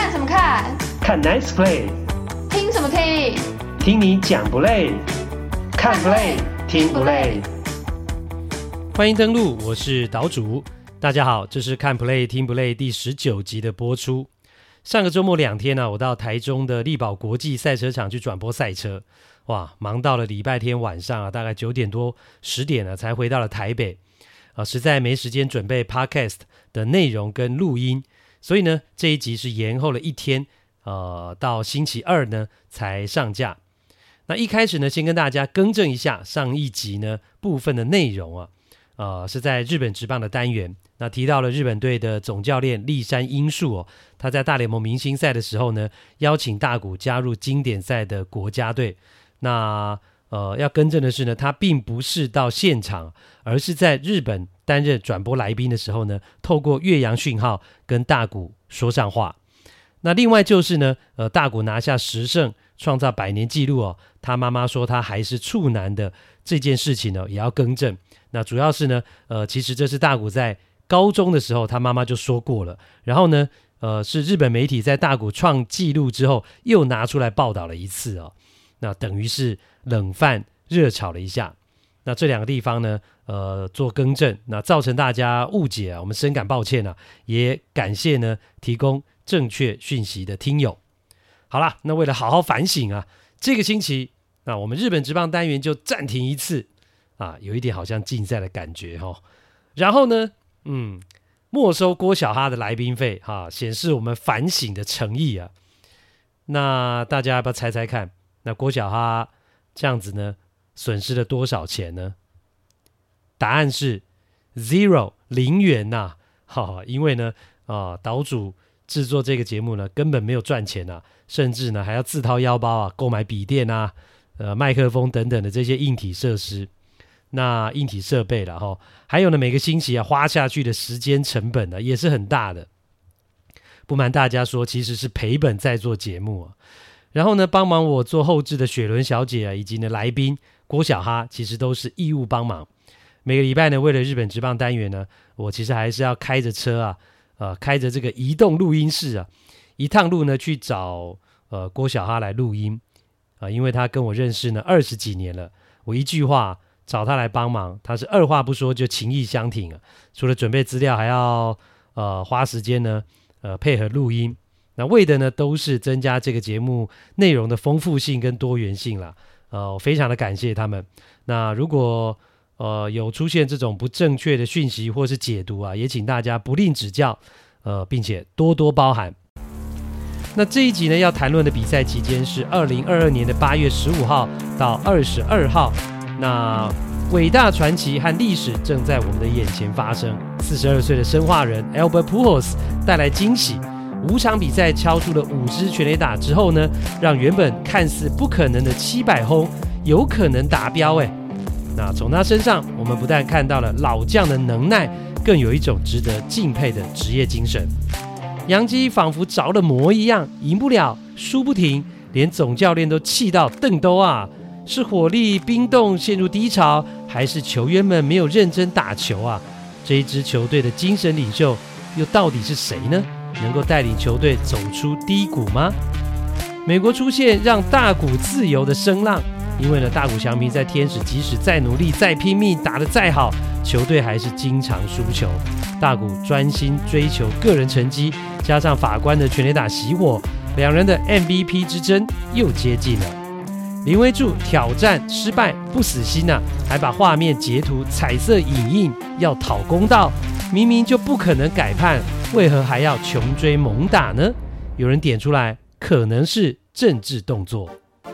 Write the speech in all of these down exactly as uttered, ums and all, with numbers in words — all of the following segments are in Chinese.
看什么看？ 看 Nice Play。 听什么听？ 听你讲不累？看 Play 听不累？ 欢迎登录，我是岛主。大家好，这是看 Play 听不累第十九集的播出。上个周末两天呢、啊，我到台中的力宝国际赛车场去转播赛车，哇，忙到了礼拜天晚上啊，大概九点多十点呢、啊、才回到了台北，啊，实在没时间准备 Podcast 的内容跟录音，所以呢这一集是延后了一天，呃，到星期二呢才上架。那一开始呢，先跟大家更正一下上一集呢部分的内容啊，呃，是在日本职棒的单元。那提到了日本队的总教练立山英树哦，他在大联盟明星赛的时候呢，邀请大谷加入经典赛的国家队。那呃，要更正的是呢，他并不是到现场，而是在日本担任转播来宾的时候呢，透过越洋讯号跟大谷说上话。那另外就是呢，呃，大谷拿下十胜，创造百年纪录哦。他妈妈说他还是处男的这件事情呢，也要更正。那主要是呢，呃，其实这是大谷在高中的时候，他妈妈就说过了。然后呢，呃，是日本媒体在大谷创纪录之后，又拿出来报道了一次哦。那等于是冷饭热炒了一下。那这两个地方呢，呃，做更正，那造成大家误解啊，我们深感抱歉啊，也感谢呢提供正确讯息的听友。好啦，那为了好好反省啊，这个星期那我们日本职棒单元就暂停一次啊，有一点好像竞赛的感觉哦。然后呢，嗯，没收郭小哈的来宾费哈，显示我们反省的诚意啊。那大家要不要猜猜看？那郭小哈这样子呢，损失了多少钱呢？答案是 zero 零元呐、啊！哈，因为呢，啊，岛主制作这个节目呢，根本没有赚钱啊，甚至呢还要自掏腰包啊，购买笔电啊、呃麦克风等等的这些硬体设施。那硬体设备啦齁，还有呢每个星期啊花下去的时间成本呢也是很大的。不瞒大家说，其实是赔本在做节目啊。然后呢帮忙我做后制的雪伦小姐啊，以及呢来宾郭小哈，其实都是义务帮忙。每个礼拜呢为了日本职棒单元呢，我其实还是要开着车啊，呃开着这个移动录音室啊，一趟路呢去找呃郭小哈来录音啊、呃，因为他跟我认识呢二十几年了，我一句话找他来帮忙，他是二话不说就情意相挺啊。除了准备资料，还要呃花时间呢，呃配合录音。那为的呢，都是增加这个节目内容的丰富性跟多元性啦。呃，我非常的感谢他们。那如果呃有出现这种不正确的讯息或是解读啊，也请大家不吝指教，呃，并且多多包涵。那这一集呢，要谈论的比赛期间是二零二二年的八月十五号到二十二号。那伟大传奇和历史正在我们的眼前发生。四十二岁的生化人 Albert Pujols 带来惊喜，五场比赛敲出了五支全垒打之后呢，让原本看似不可能的七百轰有可能达标哎。那从他身上，我们不但看到了老将的能耐，更有一种值得敬佩的职业精神。洋基仿佛着了魔一样，赢不了，输不停，连总教练都气到瞪兜啊！是火力冰冻陷入低潮，还是球员们没有认真打球啊？这一支球队的精神领袖又到底是谁呢？能够带领球队走出低谷吗？美国出现让大谷自由的声浪，因为呢，大谷翔平在天使即使再努力、再拼命、打得再好，球队还是经常输球。大谷专心追求个人成绩，加上法官的全垒打熄火，两人的 M V P 之争又接近了。林威助挑战失败不死心啊，还把画面截图彩色影印要讨公道，明明就不可能改判，为何还要穷追猛打呢？有人点出来，可能是政治动作。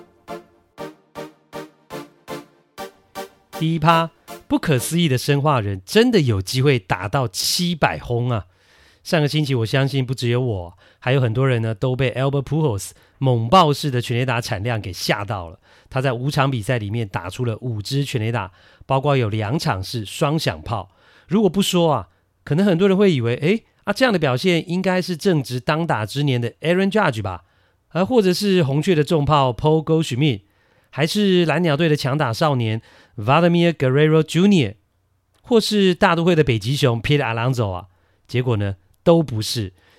第一趴，不可思议的生化人真的有机会打到七百轰啊！上个星期我相信不只有我，还有很多人呢都被 Albert Pujols 猛爆式的全垒打产量给吓到了。他在五场比赛里面打出了五支全垒打，包括有两场是双响炮。如果不说啊，可能很多人会以为，诶啊，这样的表现应该是正值当打之年的 Aaron Judge 吧，而或者是红雀的重炮 Paul Goldschmidt， 还是蓝鸟队的强打少年 Vladimir Guerrero Junior， 或是大都会的北极熊 Pete Alonso 啊。结果呢，都不是，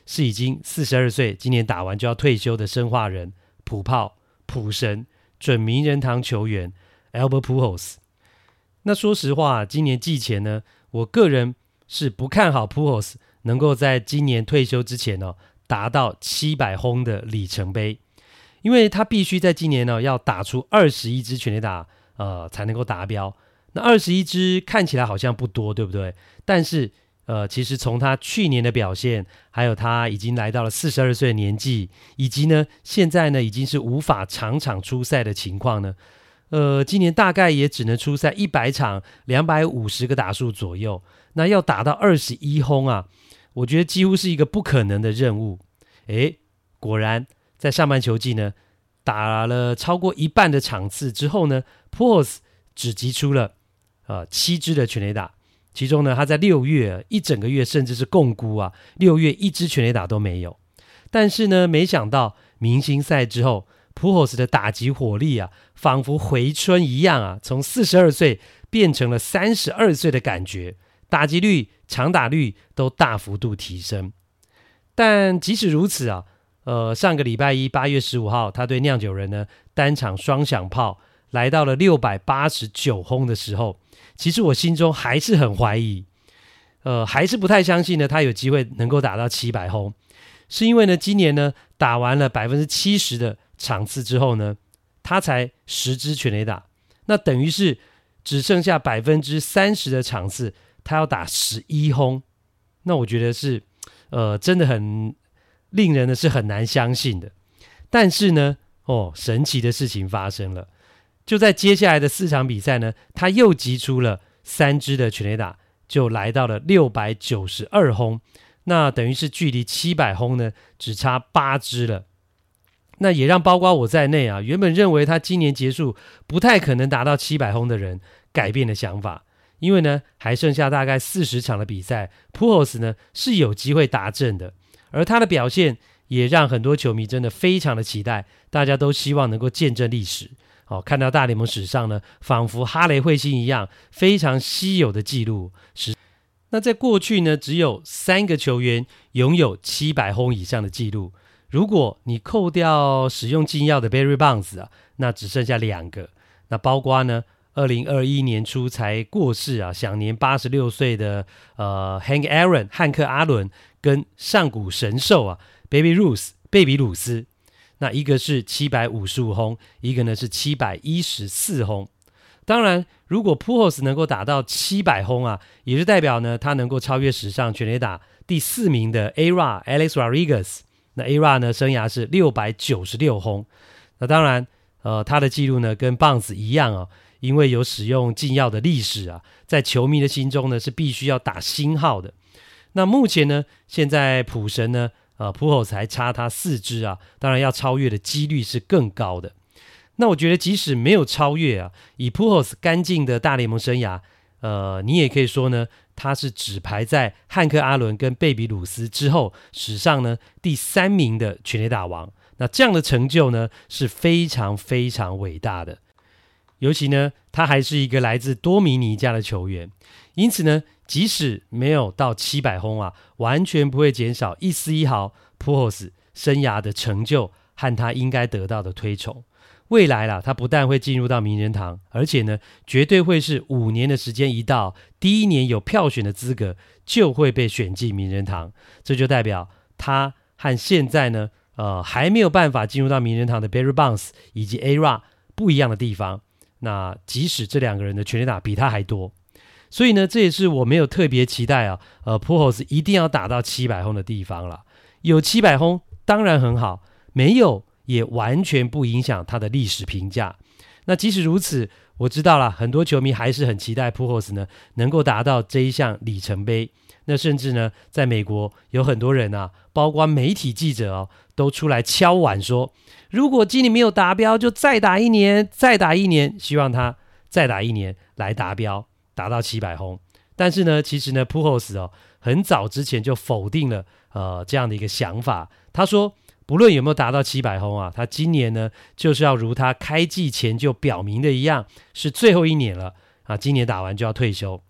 是已经四十二岁，今年打完就要退休的生化人、普炮、普神、准名人堂球员 Albert Pujols。那说实话，今年季前呢，我个人是不看好 Pujols 能够在今年退休之前哦达到七百轰的里程碑，因为他必须在今年呢要打出二十一支全垒打，呃才能够达标。那二十一支看起来好像不多，对不对？但是呃，其实从他去年的表现，还有他已经来到了四十二岁的年纪，以及呢现在呢已经是无法场场出赛的情况呢，呃，今年大概也只能出赛一百场，两百五十个打数左右。那要打到二十一轰啊，我觉得几乎是一个不可能的任务。诶，果然在上半球季呢，打了超过一半的场次之后呢 Pujols 只击出了呃七支的全垒打。其中呢，他在六月一整个月甚至是共估啊，六月一支全垒打都没有。但是呢，没想到明星赛之后 Pujols 的打击火力啊，仿佛回春一样啊，从四十二岁变成了三十二岁的感觉，打击率、长打率都大幅度提升。但即使如此啊，呃，上个礼拜一八月十五号，他对酿酒人呢单场双响炮来到了六百八十九轰的时候，其实我心中还是很怀疑，呃，还是不太相信呢，他有机会能够打到七百轰，是因为呢，今年呢打完了百分之七十的场次之后呢，他才十支全垒打，那等于是只剩下百分之三十的场次，他要打十一轰，那我觉得是，呃，真的很令人的是很难相信的。但是呢，哦，神奇的事情发生了。就在接下来的四场比赛呢，他又击出了三支的全垒打，就来到了六百九十二轰，那等于是距离七百轰呢只差八支了。那也让包括我在内啊，原本认为他今年结束不太可能达到七百轰的人改变了想法，因为呢还剩下大概四十场的比赛 Pujols 呢是有机会达阵的，而他的表现也让很多球迷真的非常的期待，大家都希望能够见证历史。哦，看到大联盟史上呢，仿佛哈雷彗星一样非常稀有的记录。那在过去呢，只有三个球员拥有七百轰以上的记录。如果你扣掉使用禁药的 Barry Bonds 啊，那只剩下两个。那包括呢，二零二一年初才过世啊，享年八十六岁的呃 Hank Aaron 汉克阿伦，跟上古神兽啊 Baby Ruth 贝比鲁斯。那一个是七百五十五轰，一个呢是七百一十四轰。当然，如果 Pujols 能够打到七百轰啊，也是代表呢他能够超越史上全垒打第四名的 A-Rod Alex Rodriguez。那 A-Rod 呢生涯是六百九十六轰。那当然，呃，他的记录呢跟 Bonds 一样啊，因为有使用禁药的历史啊，在球迷的心中呢是必须要打星号的。那目前呢，现在普神呢。呃 Pujols 还差他四支啊，当然要超越的几率是更高的。那我觉得即使没有超越啊，以 Pujols 干净的大联盟生涯，呃，你也可以说呢，他是只排在汉克阿伦跟贝比鲁斯之后，史上呢第三名的全垒打王。那这样的成就呢是非常非常伟大的。尤其呢，他还是一个来自多米尼加的球员，因此呢，即使没有到七百轰啊，完全不会减少一丝一毫 Pujols 生涯的成就和他应该得到的推崇。未来啦，他不但会进入到名人堂，而且呢，绝对会是五年的时间一到，第一年有票选的资格，就会被选进名人堂。这就代表他和现在呢，呃，还没有办法进入到名人堂的 Barry Bonds 以及 A-Rod 不一样的地方。那即使这两个人的全垒打比他还多，所以呢，这也是我没有特别期待啊，呃 Pujols 一定要打到七百轰的地方了。有七百轰当然很好，没有也完全不影响他的历史评价。那即使如此，我知道了很多球迷还是很期待 Pujols 呢能够达到这一项里程碑。那甚至呢，在美国有很多人啊，包括媒体记者哦，都出来敲碗说，如果今年没有达标，就再打一年，再打一年，希望他再打一年来达标，达到七百轰。但是呢，其实呢 Pujols 哦，很早之前就否定了呃这样的一个想法。他说，不论有没有达到七百轰啊，他今年呢就是要如他开季前就表明的一样，是最后一年了啊，今年打完就要退休。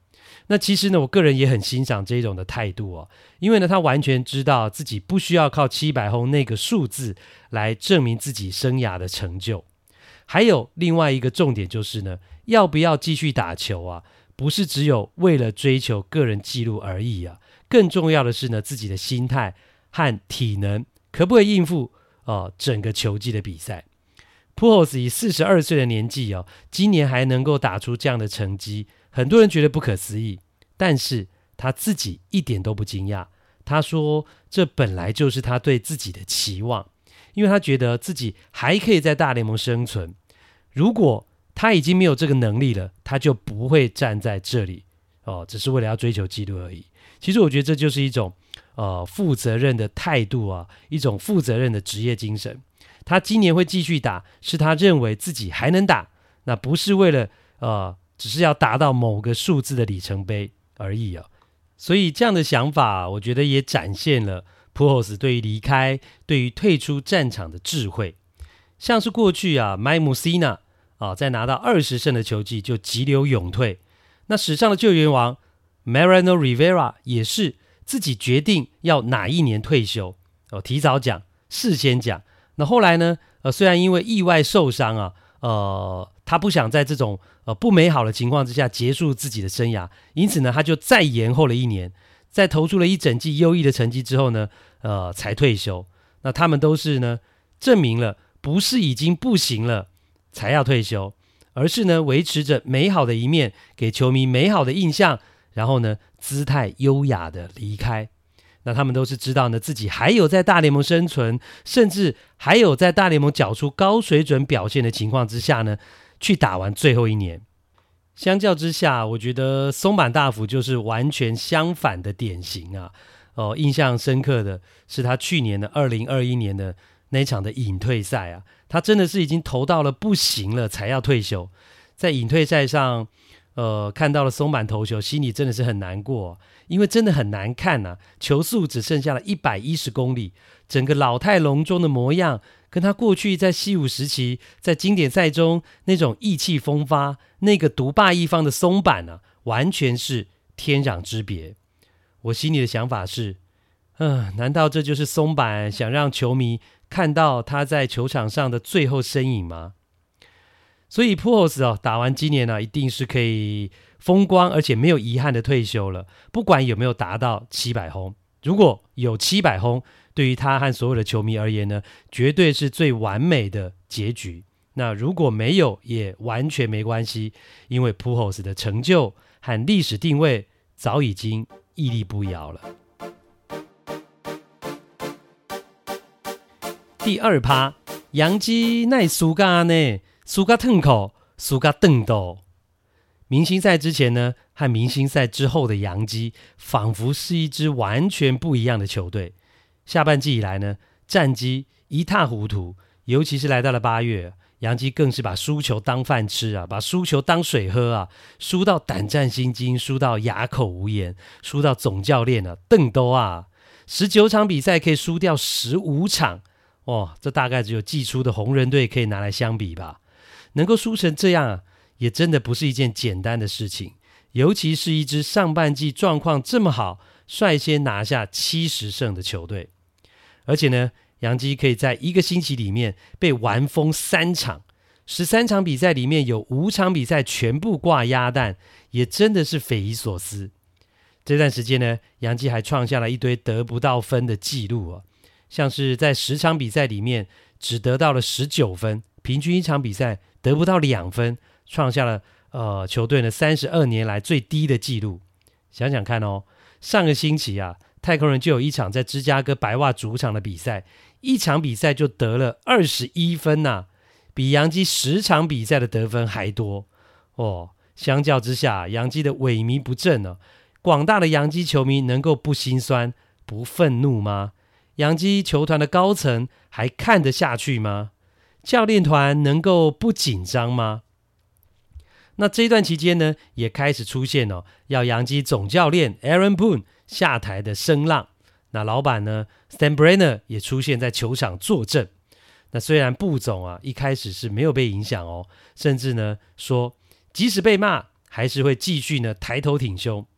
那其实呢，我个人也很欣赏这种的态度哦，因为呢，他完全知道自己不需要靠七百轰那个数字来证明自己生涯的成就。还有另外一个重点就是呢，要不要继续打球啊，不是只有为了追求个人纪录而已啊，更重要的是呢，自己的心态和体能可不可以应付呃整个球季的比赛。Pujols 以四十二岁的年纪哦，今年还能够打出这样的成绩，很多人觉得不可思议，但是他自己一点都不惊讶。他说这本来就是他对自己的期望，因为他觉得自己还可以在大联盟生存。如果他已经没有这个能力了，他就不会站在这里哦，只是为了要追求纪录而已。其实我觉得这就是一种呃负责任的态度啊，一种负责任的职业精神。他今年会继续打，是他认为自己还能打，那不是为了呃，只是要达到某个数字的里程碑而已啊。所以这样的想法，我觉得也展现了 Pujols 对于离开、对于退出战场的智慧。像是过去啊 ，Mike Mussina 啊，在拿到二十胜的球季就急流勇退。那史上的救援王 Mariano Rivera 也是自己决定要哪一年退休哦，提早讲，事先讲。那后来呢？呃，虽然因为意外受伤啊，呃，他不想在这种呃不美好的情况之下结束自己的生涯，因此呢，他就再延后了一年，在投出了一整季优异的成绩之后呢，呃，才退休。那他们都是呢，证明了不是已经不行了才要退休，而是呢维持着美好的一面，给球迷美好的印象，然后呢姿态优雅的离开。那他们都是知道呢，自己还有在大联盟生存，甚至还有在大联盟缴出高水准表现的情况之下呢，去打完最后一年。相较之下，我觉得松坂大辅就是完全相反的典型啊。哦，印象深刻的是他去年的二零二一年的那一场的隐退赛啊，他真的是已经投到了不行了才要退休。在隐退赛上，呃，看到了松坂投球，心里真的是很难过，因为真的很难看啊，球速只剩下了一百一十公里，整个老态龙钟的模样，跟他过去在西武时期在经典赛中那种意气风发，那个独霸一方的松坂啊，完全是天壤之别。我心里的想法是，呃，难道这就是松坂想让球迷看到他在球场上的最后身影吗？所以 Pujols 哦，打完今年呢、啊，一定是可以风光而且没有遗憾的退休了。不管有没有达到七百轰，如果有七百轰，对于他和所有的球迷而言呢，绝对是最完美的结局。那如果没有，也完全没关系，因为 Pujols 的成就和历史定位早已经屹立不摇了。第二趴，洋基奈输噶呢？输噶痛口，输噶瞪斗。明星赛之前呢，和明星赛之后的洋基，仿佛是一支完全不一样的球队。下半季以来呢，战绩一塌糊涂，尤其是来到了八月，洋基更是把输球当饭吃啊，把输球当水喝啊，输到胆战心惊，输到哑口无言，输到总教练啊瞪斗啊，十九场比赛可以输掉十五场，哦，这大概只有季初的红人队可以拿来相比吧。能够输成这样啊，也真的不是一件简单的事情，尤其是一支上半季状况这么好，率先拿下七十胜的球队。而且呢，洋基可以在一个星期里面被玩疯三场，十三场比赛里面有五场比赛全部挂鸭蛋，也真的是匪夷所思。这段时间呢，洋基还创下了一堆得不到分的记录啊，像是在十场比赛里面只得到了十九分，平均一场比赛得不到两分，创下了呃球队呢三十二年来最低的纪录。想想看哦，上个星期啊，太空人就有一场在芝加哥白袜主场的比赛，一场比赛就得了二十一分呐、啊，比洋基十场比赛的得分还多哦。相较之下，洋基的萎靡不振呢、啊，广大的洋基球迷能够不心酸、不愤怒吗？洋基球团的高层还看得下去吗？教练团能够不紧张吗？那这一段期间呢，也开始出现哦，要洋基总教练 Aaron Boone 下台的声浪。那老板呢 Steinbrenner 也出现在球场作证。那虽然布总啊一开始是没有被影响哦，甚至呢说即使被骂，还是会继续呢抬头挺胸。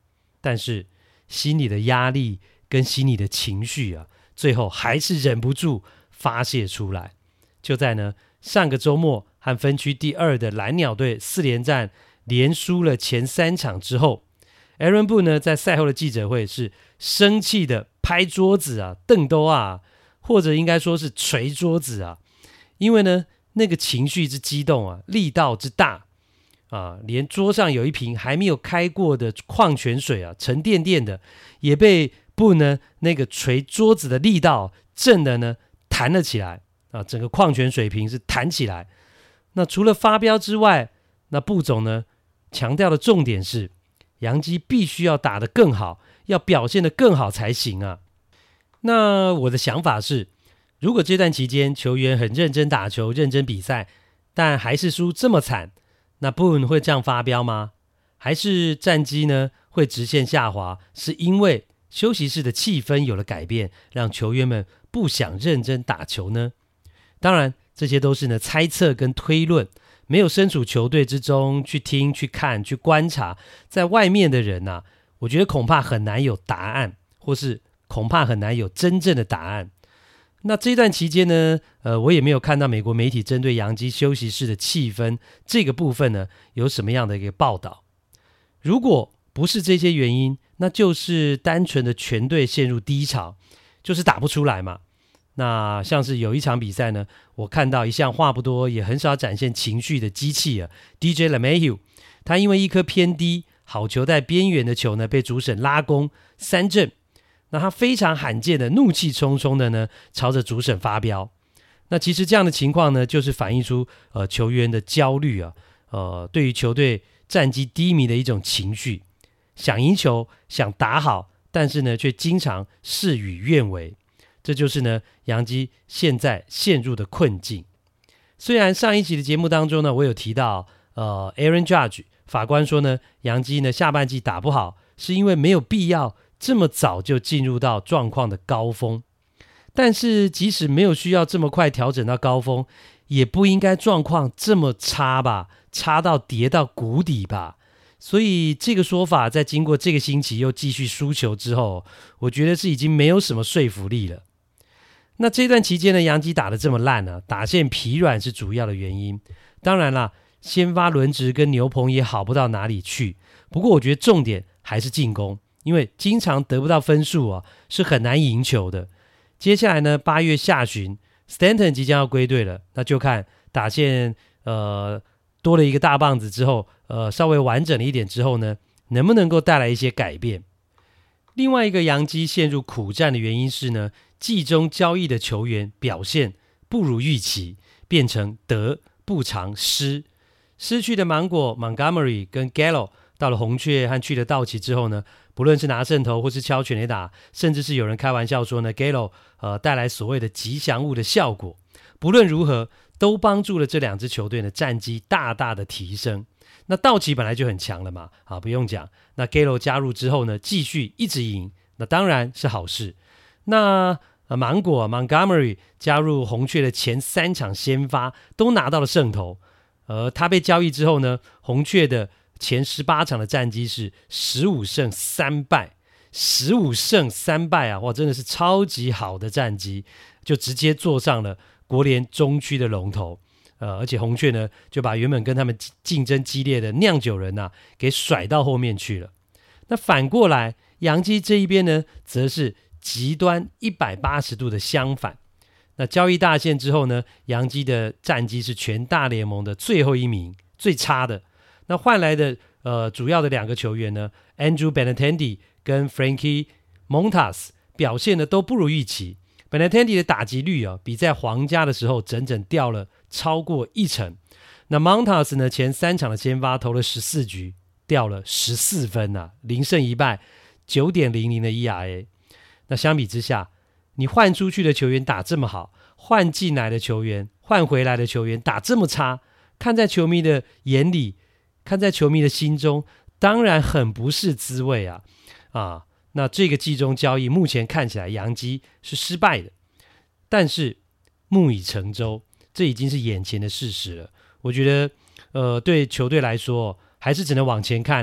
但是心里的压力跟心里的情绪啊，最后还是忍不住发泄出来。就在呢上个周末和分区第二的蓝鸟队四连战连输了前三场之后， Aaron Boone 呢在赛后的记者会是生气的拍桌子啊，瞪兜啊，或者应该说是捶桌子啊，因为呢那个情绪之激动啊，力道之大啊，连桌上有一瓶还没有开过的矿泉水啊，沉甸甸的，也被 Boone 呢那个捶桌子的力道震的呢弹了起来啊，整个矿泉水瓶是弹起来。那除了发飙之外，那布总呢强调的重点是，洋基必须要打得更好，要表现得更好才行啊。那我的想法是，如果这段期间球员很认真打球、认真比赛，但还是输这么惨，那 Boone 会这样发飙吗？还是战绩呢会直线下滑，是因为休息室的气氛有了改变，让球员们不想认真打球呢？当然这些都是呢猜测跟推论，没有身处球队之中去听、去看、去观察，在外面的人啊，我觉得恐怕很难有答案，或是恐怕很难有真正的答案。那这段期间呢，呃，我也没有看到美国媒体针对洋基休息室的气氛这个部分呢有什么样的一个报道。如果不是这些原因，那就是单纯的全队陷入低潮，就是打不出来嘛。那像是有一场比赛呢，我看到一向话不多也很少展现情绪的机器啊 D J LeMahieu， 他因为一颗偏低好球带边缘的球呢被主审拉弓三振，那他非常罕见的怒气冲冲的呢朝着主审发飙。那其实这样的情况呢，就是反映出呃球员的焦虑啊，呃对于球队战绩低迷的一种情绪，想赢球想打好，但是呢却经常事与愿违。这就是呢洋基现在陷入的困境。虽然上一期的节目当中呢，我有提到呃 Aaron Judge 法官说呢，洋基呢下半季打不好，是因为没有必要这么早就进入到状况的高峰。但是即使没有需要这么快调整到高峰，也不应该状况这么差吧，差到跌到谷底吧。所以这个说法在经过这个星期又继续输球之后，我觉得是已经没有什么说服力了。那这段期间呢，洋基打得这么烂呢、啊，打线疲软是主要的原因。当然啦，先发轮值跟牛棚也好不到哪里去。不过我觉得重点还是进攻，因为经常得不到分数啊，是很难赢球的。接下来呢，八月下旬 Stanton 即将要归队了，那就看打线呃多了一个大棒子之后，呃稍微完整了一点之后呢，能不能够带来一些改变。另外一个洋基陷入苦战的原因是呢，季中交易的球员表现不如预期，变成得不偿失。失去的芒果 Montgomery 跟 Gallo 到了红雀和去了道奇之后呢，不论是拿胜投或是敲全垒打，甚至是有人开玩笑说呢 Gallo 呃带来所谓的吉祥物的效果，不论如何都帮助了这两支球队的战绩大大的提升。那道奇本来就很强了嘛，啊不用讲。那 Gallo 加入之后呢，继续一直赢，那当然是好事。那呃芒果 Montgomery 加入红雀的前三场先发都拿到了胜投，而他被交易之后呢，红雀的前十八场的战绩是十五胜三败，十五胜三败啊，哇，真的是超级好的战绩，就直接坐上了国联中区的龙头。呃，而且红雀呢，就把原本跟他们竞争激烈的酿酒人啊，给甩到后面去了。那反过来，洋基这一边呢，则是极端一百八十度的相反。那交易大限之后呢，洋基的战绩是全大联盟的最后一名，最差的。那换来的呃主要的两个球员呢 ，Andrew Benintendi 跟 Frankie Montas 表现的都不如预期。Benintendi 的打击率啊，比在皇家的时候整整掉了超过一成。那 Montas 呢，前三场的先发投了十四局，掉了十四分啊，零胜一败， 九点零零 的 E R A。 那相比之下，你换出去的球员打这么好，换进来的球员换回来的球员打这么差，看在球迷的眼里，看在球迷的心中，当然很不是滋味啊啊！那这个季中交易目前看起来洋基是失败的，但是木已成舟，这已经是眼前的事实了。我觉得呃，对球队来说还是只能往前看啊，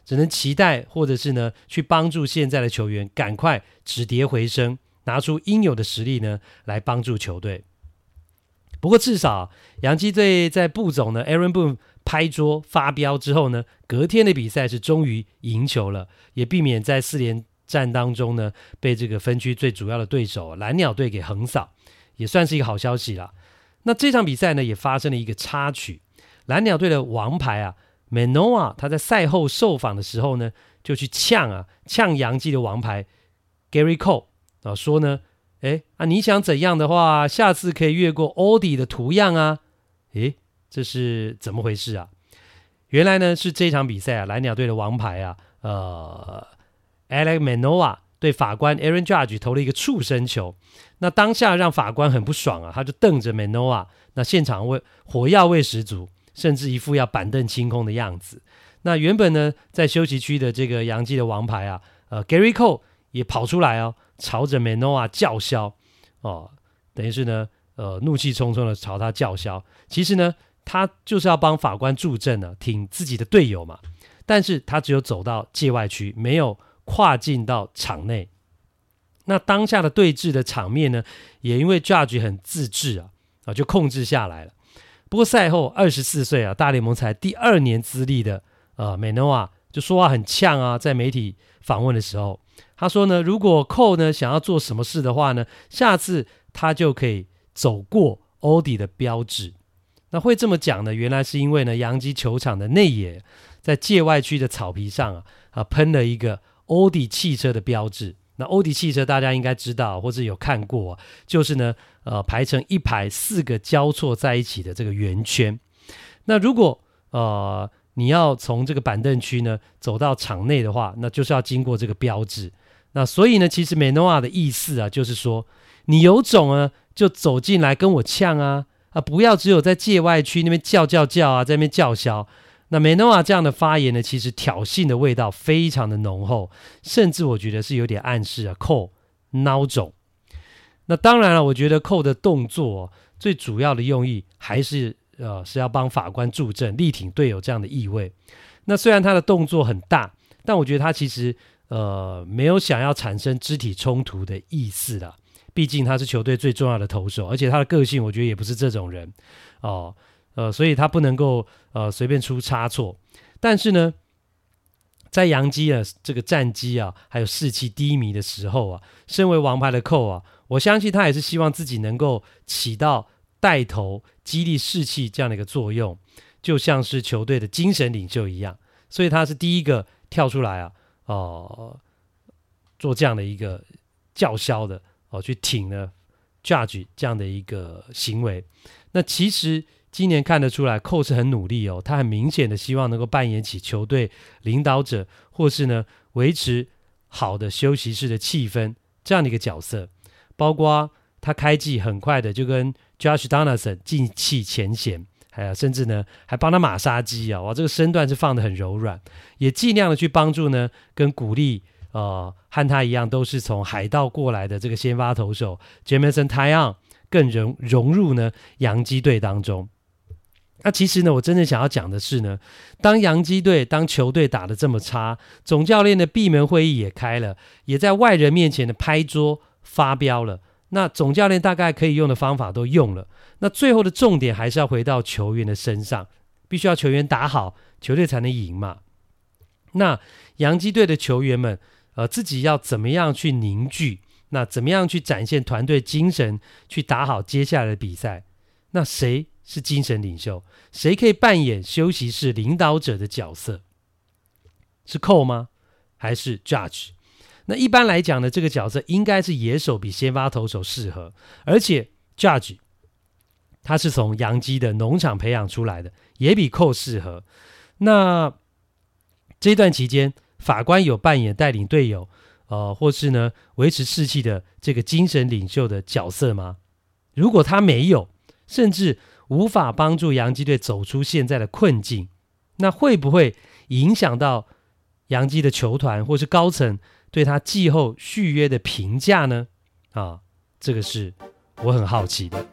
只能期待或者是呢去帮助现在的球员赶快止跌回升，拿出应有的实力呢来帮助球队。不过至少洋基队在布总呢 Aaron Boone 拍桌发飙之后呢，隔天的比赛是终于赢球了，也避免在四连战当中呢被这个分区最主要的对手蓝鸟队给横扫，也算是一个好消息啦。那这场比赛呢也发生了一个插曲，蓝鸟队的王牌啊 Manoah 他在赛后受访的时候呢就去呛啊呛洋基的王牌 Gary Cole 啊，说呢诶啊你想怎样的话，下次可以越过 Oldie 的图样啊。诶这是怎么回事啊？原来呢是这场比赛啊，蓝鸟队的王牌啊，呃 Alek Manoah 对法官 Aaron Judge 投了一个触身球，那当下让法官很不爽啊，他就瞪着 Manoah， 那现场味火药味十足，甚至一副要板凳清空的样子。那原本呢在休息区的这个洋基的王牌啊，呃 Gary Cole 也跑出来哦，朝着 Manoah 叫嚣哦，等于是呢呃怒气冲冲的朝他叫嚣。其实呢他就是要帮法官助阵啊，挺自己的队友嘛。但是他只有走到界外区，没有跨进到场内。那当下的对峙的场面呢，也因为 Judge 很自制啊，啊就控制下来了。不过赛后二十四岁啊，大联盟才第二年资历的呃 Manoah 就说话很呛啊，在媒体访问的时候，他说呢，如果 Cole 呢想要做什么事的话呢，下次他就可以走过 Oldie 的标志。那会这么讲呢，原来是因为呢洋基球场的内野在界外区的草皮上啊，啊喷了一个 Oldie 汽车的标志。那 Oldie 汽车大家应该知道或者有看过、啊、就是呢呃排成一排四个交错在一起的这个圆圈。那如果呃你要从这个板凳区呢走到场内的话，那就是要经过这个标志。那所以呢其实 Manoah 的意思啊，就是说你有种啊就走进来跟我呛啊啊！不要只有在界外区那边叫叫叫啊，在那边叫嚣。那 Manoah 这样的发言呢，其实挑衅的味道非常的浓厚，甚至我觉得是有点暗示啊 Cole 孬种。那当然了，我觉得 Cole 的动作、哦、最主要的用意还是呃是要帮法官助阵，力挺队友这样的意味。那虽然他的动作很大，但我觉得他其实呃没有想要产生肢体冲突的意思啦。毕竟他是球队最重要的投手，而且他的个性我觉得也不是这种人哦，呃，所以他不能够呃随便出差错。但是呢，在洋基啊这个战绩啊还有士气低迷的时候啊，身为王牌的Cole啊，我相信他也是希望自己能够起到带头激励士气这样的一个作用，就像是球队的精神领袖一样。所以他是第一个跳出来啊，哦、呃，做这样的一个叫嚣的。哦，去挺呢 Judge 这样的一个行为。那其实今年看得出来 Cole 是很努力哦，他很明显的希望能够扮演起球队领导者，或是呢维持好的休息室的气氛这样的一个角色。包括他开季很快的就跟 Josh Donaldson 进气前嫌，还有甚至呢还帮他马杀鸡啊，哇，这个身段是放得很柔软，也尽量的去帮助呢跟鼓励呃，和他一样都是从海盗过来的这个先发投手 Jameson Taillon 更融融入呢洋基队当中。那其实呢我真正想要讲的是呢，当洋基队当球队打得这么差，总教练的闭门会议也开了，也在外人面前的拍桌发飙了，那总教练大概可以用的方法都用了，那最后的重点还是要回到球员的身上，必须要球员打好，球队才能赢嘛。那洋基队的球员们呃，自己要怎么样去凝聚，那怎么样去展现团队精神，去打好接下来的比赛。那谁是精神领袖？谁可以扮演休息室领导者的角色？是 Cole 吗？还是 Judge？ 那一般来讲呢，这个角色应该是野手比先发投手适合，而且 Judge 他是从洋基的农场培养出来的，也比 Cole 适合。那这段期间法官有扮演带领队友呃，或是呢维持士气的这个精神领袖的角色吗？如果他没有，甚至无法帮助洋基队走出现在的困境，那会不会影响到洋基的球团或是高层对他季后续约的评价呢？啊，这个是我很好奇的。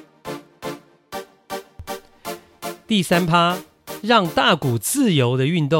第三趴，让大谷自由的运动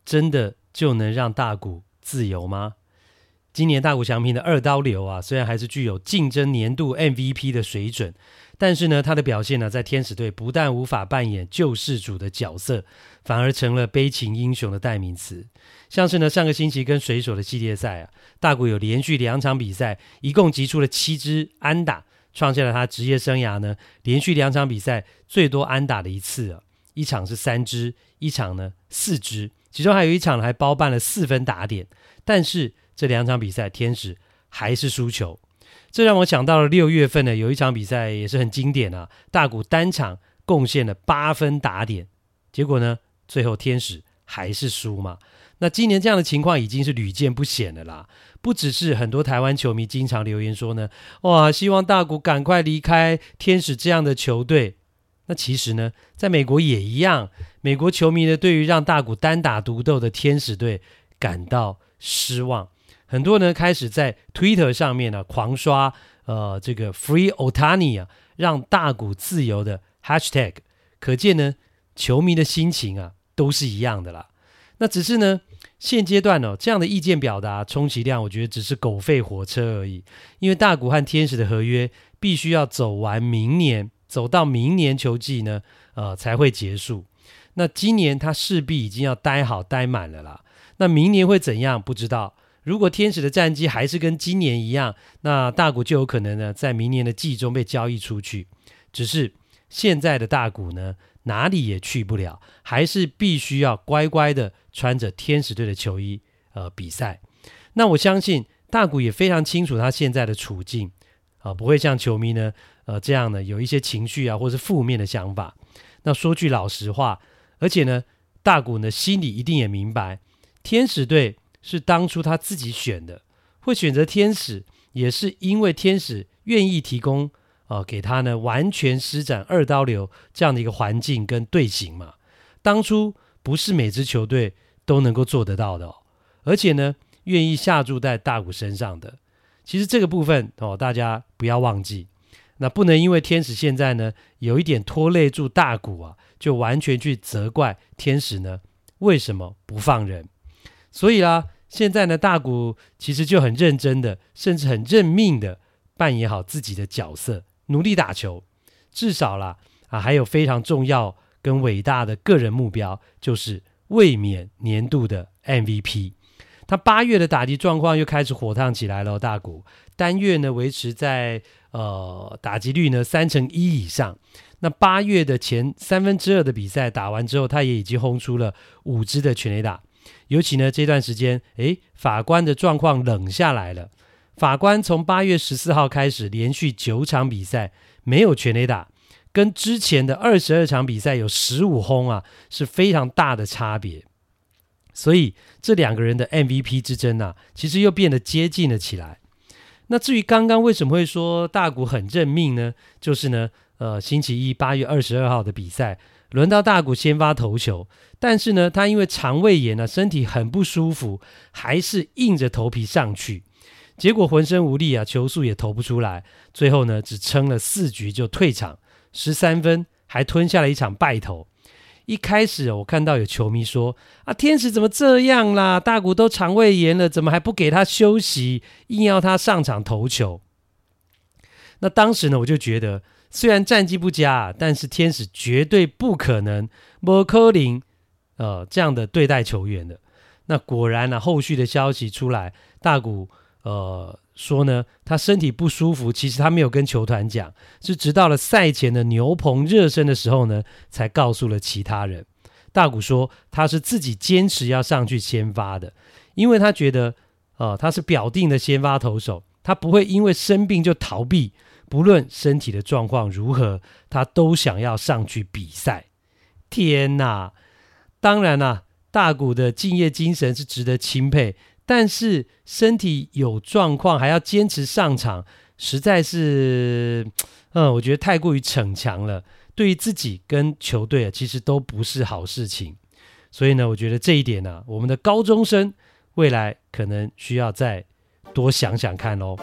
真的就能让大谷自由吗？今年大谷翔平的二刀流啊，虽然还是具有竞争年度 M V P 的水准，但是呢，他的表现呢，在天使队不但无法扮演救世主的角色，反而成了悲情英雄的代名词。像是呢，上个星期跟水手的系列赛啊，大谷有连续两场比赛，一共击出了七支安打，创下了他职业生涯呢连续两场比赛最多安打的一次啊。一场是三支，一场呢四支，其中还有一场还包办了四分打点，但是这两场比赛天使还是输球。这让我想到了六月份呢，有一场比赛也是很经典啊，大谷单场贡献了八分打点，结果呢最后天使还是输嘛。那今年这样的情况已经是屡见不鲜了啦，不只是很多台湾球迷经常留言说呢，哇，希望大谷赶快离开天使这样的球队。那其实呢，在美国也一样，美国球迷呢对于让大谷单打独斗的天使队感到失望，很多呢开始在 Twitter 上面呢狂刷呃这个 Free Ohtani 啊，让大谷自由的 Hashtag， 可见呢球迷的心情啊都是一样的啦。那只是呢现阶段哦，这样的意见表达充其量我觉得只是狗吠火车而已，因为大谷和天使的合约必须要走完明年，走到明年球季呢呃才会结束。那今年他势必已经要待好待满了啦，那明年会怎样不知道。如果天使的战绩还是跟今年一样，那大谷就有可能呢在明年的季中被交易出去。只是现在的大谷呢哪里也去不了，还是必须要乖乖的穿着天使队的球衣呃比赛。那我相信大谷也非常清楚他现在的处境啊、呃，不会像球迷呢呃这样呢有一些情绪啊或是负面的想法。那说句老实话，而且呢大谷呢心里一定也明白，天使队是当初他自己选的，会选择天使也是因为天使愿意提供呃给他呢完全施展二刀流这样的一个环境跟队形嘛。当初不是每支球队都能够做得到的哦，而且呢愿意下注在大谷身上的。其实这个部分哦大家不要忘记，那不能因为天使现在呢有一点拖累住大谷啊，就完全去责怪天使呢为什么不放人。所以啦，现在呢大谷其实就很认真的，甚至很认命的扮演好自己的角色，努力打球。至少啦啊，还有非常重要跟伟大的个人目标，就是卫冕年度的 M V P。他八月的打击状况又开始火烫起来了，大谷单月呢维持在呃打击率呢三成一以上。那八月的前三分之二的比赛打完之后，他也已经轰出了五支的全垒打。尤其呢这段时间，诶，法官的状况冷下来了。法官从八月十四号开始，连续九场比赛没有全垒打，跟之前的二十二场比赛有十五轰啊，是非常大的差别。所以这两个人的 M V P 之争啊，其实又变得接近了起来。那至于刚刚为什么会说大谷很认命呢？就是呢，呃，星期一八月二十二号的比赛，轮到大谷先发投球，但是呢，他因为肠胃炎呢，身体很不舒服，还是硬着头皮上去，结果浑身无力啊，球速也投不出来，最后呢，只撑了四局就退场，十三分，还吞下了一场败投。一开始我看到有球迷说啊，天使怎么这样啦？大谷都肠胃炎了，怎么还不给他休息，硬要他上场投球？那当时呢，我就觉得虽然战绩不佳，但是天使绝对不可能不可能呃这样的对待球员的。那果然呢、啊，后续的消息出来，大谷呃说呢，他身体不舒服，其实他没有跟球团讲，是直到了赛前的牛棚热身的时候呢，才告诉了其他人。大谷说他是自己坚持要上去先发的，因为他觉得呃他是表定的先发投手，他不会因为生病就逃避，不论身体的状况如何，他都想要上去比赛。天哪！当然啦、啊，大谷的敬业精神是值得钦佩，但是身体有状况还要坚持上场，实在是嗯，我觉得太过于逞强了，对于自己跟球队啊，其实都不是好事情。所以呢，我觉得这一点呢、啊，我们的高中生未来可能需要再多想想看咯。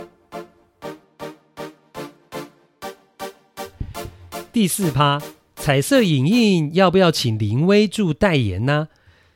第四趴，彩色影印要不要请林威助代言呢？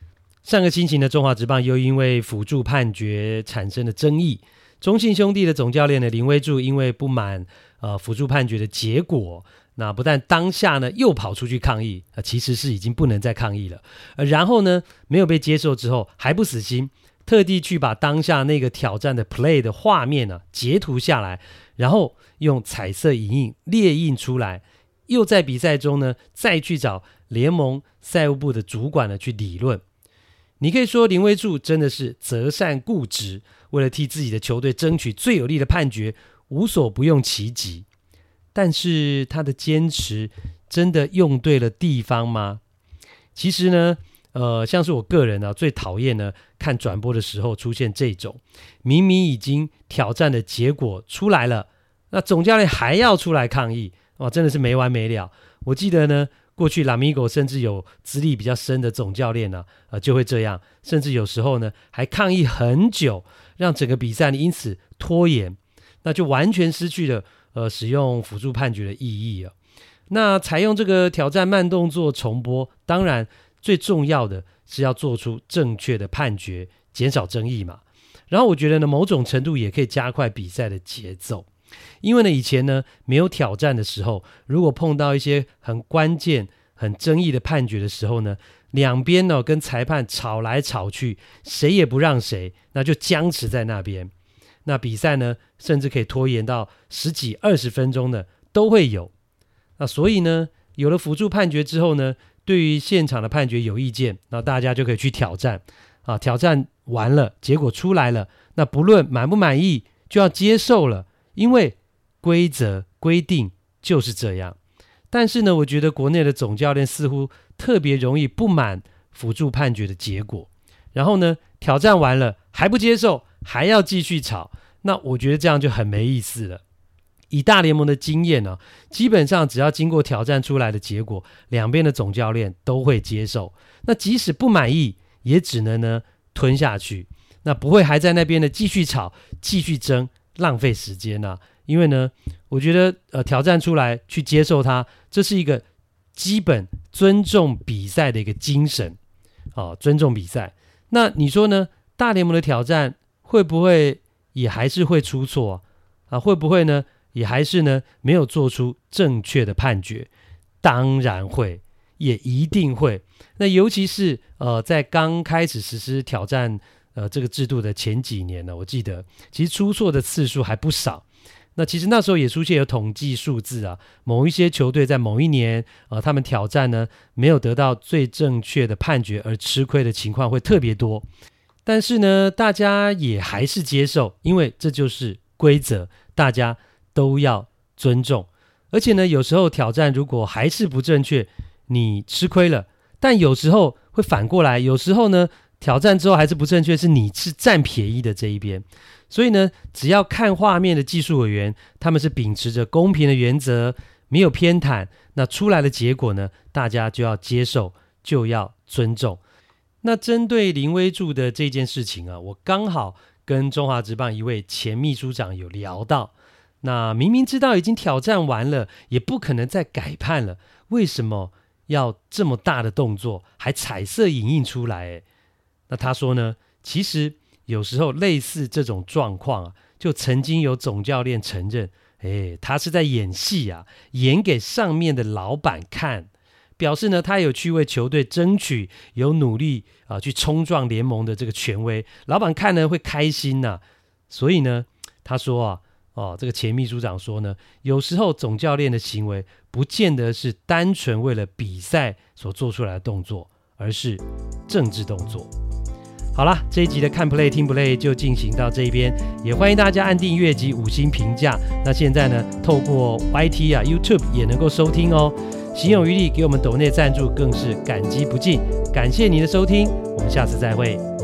上个星期呢，中华职棒又因为辅助判决产生了争议。中信兄弟的总教练呢林威助因为不满呃辅助判决的结果，那不但当下呢又跑出去抗议，呃、其实是已经不能再抗议了。呃、然后呢没有被接受之后还不死心，特地去把当下那个挑战的 play 的画面呢、啊、截图下来，然后用彩色影印列印出来，又在比赛中呢再去找联盟赛务部的主管呢去理论。你可以说林威助真的是择善固执，为了替自己的球队争取最有利的判决，无所不用其极。但是他的坚持真的用对了地方吗？其实呢，呃，像是我个人啊，最讨厌呢看转播的时候出现这种，明明已经挑战的结果出来了，那总教练还要出来抗议，哇，真的是没完没了。我记得呢。过去拉米狗甚至有资历比较深的总教练呢、啊呃，就会这样，甚至有时候呢还抗议很久，让整个比赛因此拖延，那就完全失去了呃使用辅助判决的意义了。那采用这个挑战慢动作重播，当然最重要的是要做出正确的判决，减少争议嘛。然后我觉得呢，某种程度也可以加快比赛的节奏。因为呢，以前呢没有挑战的时候，如果碰到一些很关键、很争议的判决的时候呢，两边呢跟裁判吵来吵去，谁也不让谁，那就僵持在那边。那比赛呢，甚至可以拖延到十几、二十分钟呢，都会有。那所以呢，有了辅助判决之后呢，对于现场的判决有意见，那大家就可以去挑战啊，挑战完了，结果出来了，那不论满不满意，就要接受了。因为规则规定就是这样，但是呢，我觉得国内的总教练似乎特别容易不满辅助判决的结果，然后呢，挑战完了还不接受，还要继续吵，那我觉得这样就很没意思了。以大联盟的经验呢、啊，基本上只要经过挑战出来的结果，两边的总教练都会接受，那即使不满意，也只能呢吞下去，那不会还在那边呢继续吵，继续争。浪费时间啊，因为呢，我觉得呃挑战出来去接受它，这是一个基本尊重比赛的一个精神啊，尊重比赛。那你说呢？大联盟的挑战会不会也还是会出错啊？啊，会不会呢？也还是呢没有做出正确的判决？当然会，也一定会。那尤其是呃在刚开始实施挑战。呃，这个制度的前几年呢，我记得其实出错的次数还不少。那其实那时候也出现有统计数字啊，某一些球队在某一年，呃，他们挑战呢没有得到最正确的判决而吃亏的情况会特别多。但是呢，大家也还是接受，因为这就是规则，大家都要尊重。而且呢，有时候挑战如果还是不正确，你吃亏了，但有时候会反过来，有时候呢。挑战之后还是不正确，是你是占便宜的这一边。所以呢，只要看画面的技术委员，他们是秉持着公平的原则，没有偏袒，那出来的结果呢，大家就要接受，就要尊重。那针对林威助的这件事情啊，我刚好跟中华职棒一位前秘书长有聊到，那明明知道已经挑战完了，也不可能再改判了，为什么要这么大的动作，还彩色影印出来？诶那他说呢，其实有时候类似这种状况啊，就曾经有总教练承认，诶，他是在演戏啊，演给上面的老板看，表示呢，他有去为球队争取，有努力啊，去冲撞联盟的这个权威，老板看呢会开心呐、啊。所以呢，他说啊，哦，这个前秘书长说呢，有时候总教练的行为不见得是单纯为了比赛所做出来的动作，而是政治动作。好啦，这一集的看 play 听 play 就进行到这一边，也欢迎大家按订阅及五星评价。那现在呢，透过 Y T 啊 YouTube 也能够收听哦。行有余力给我们抖内赞助，更是感激不尽。感谢您的收听，我们下次再会。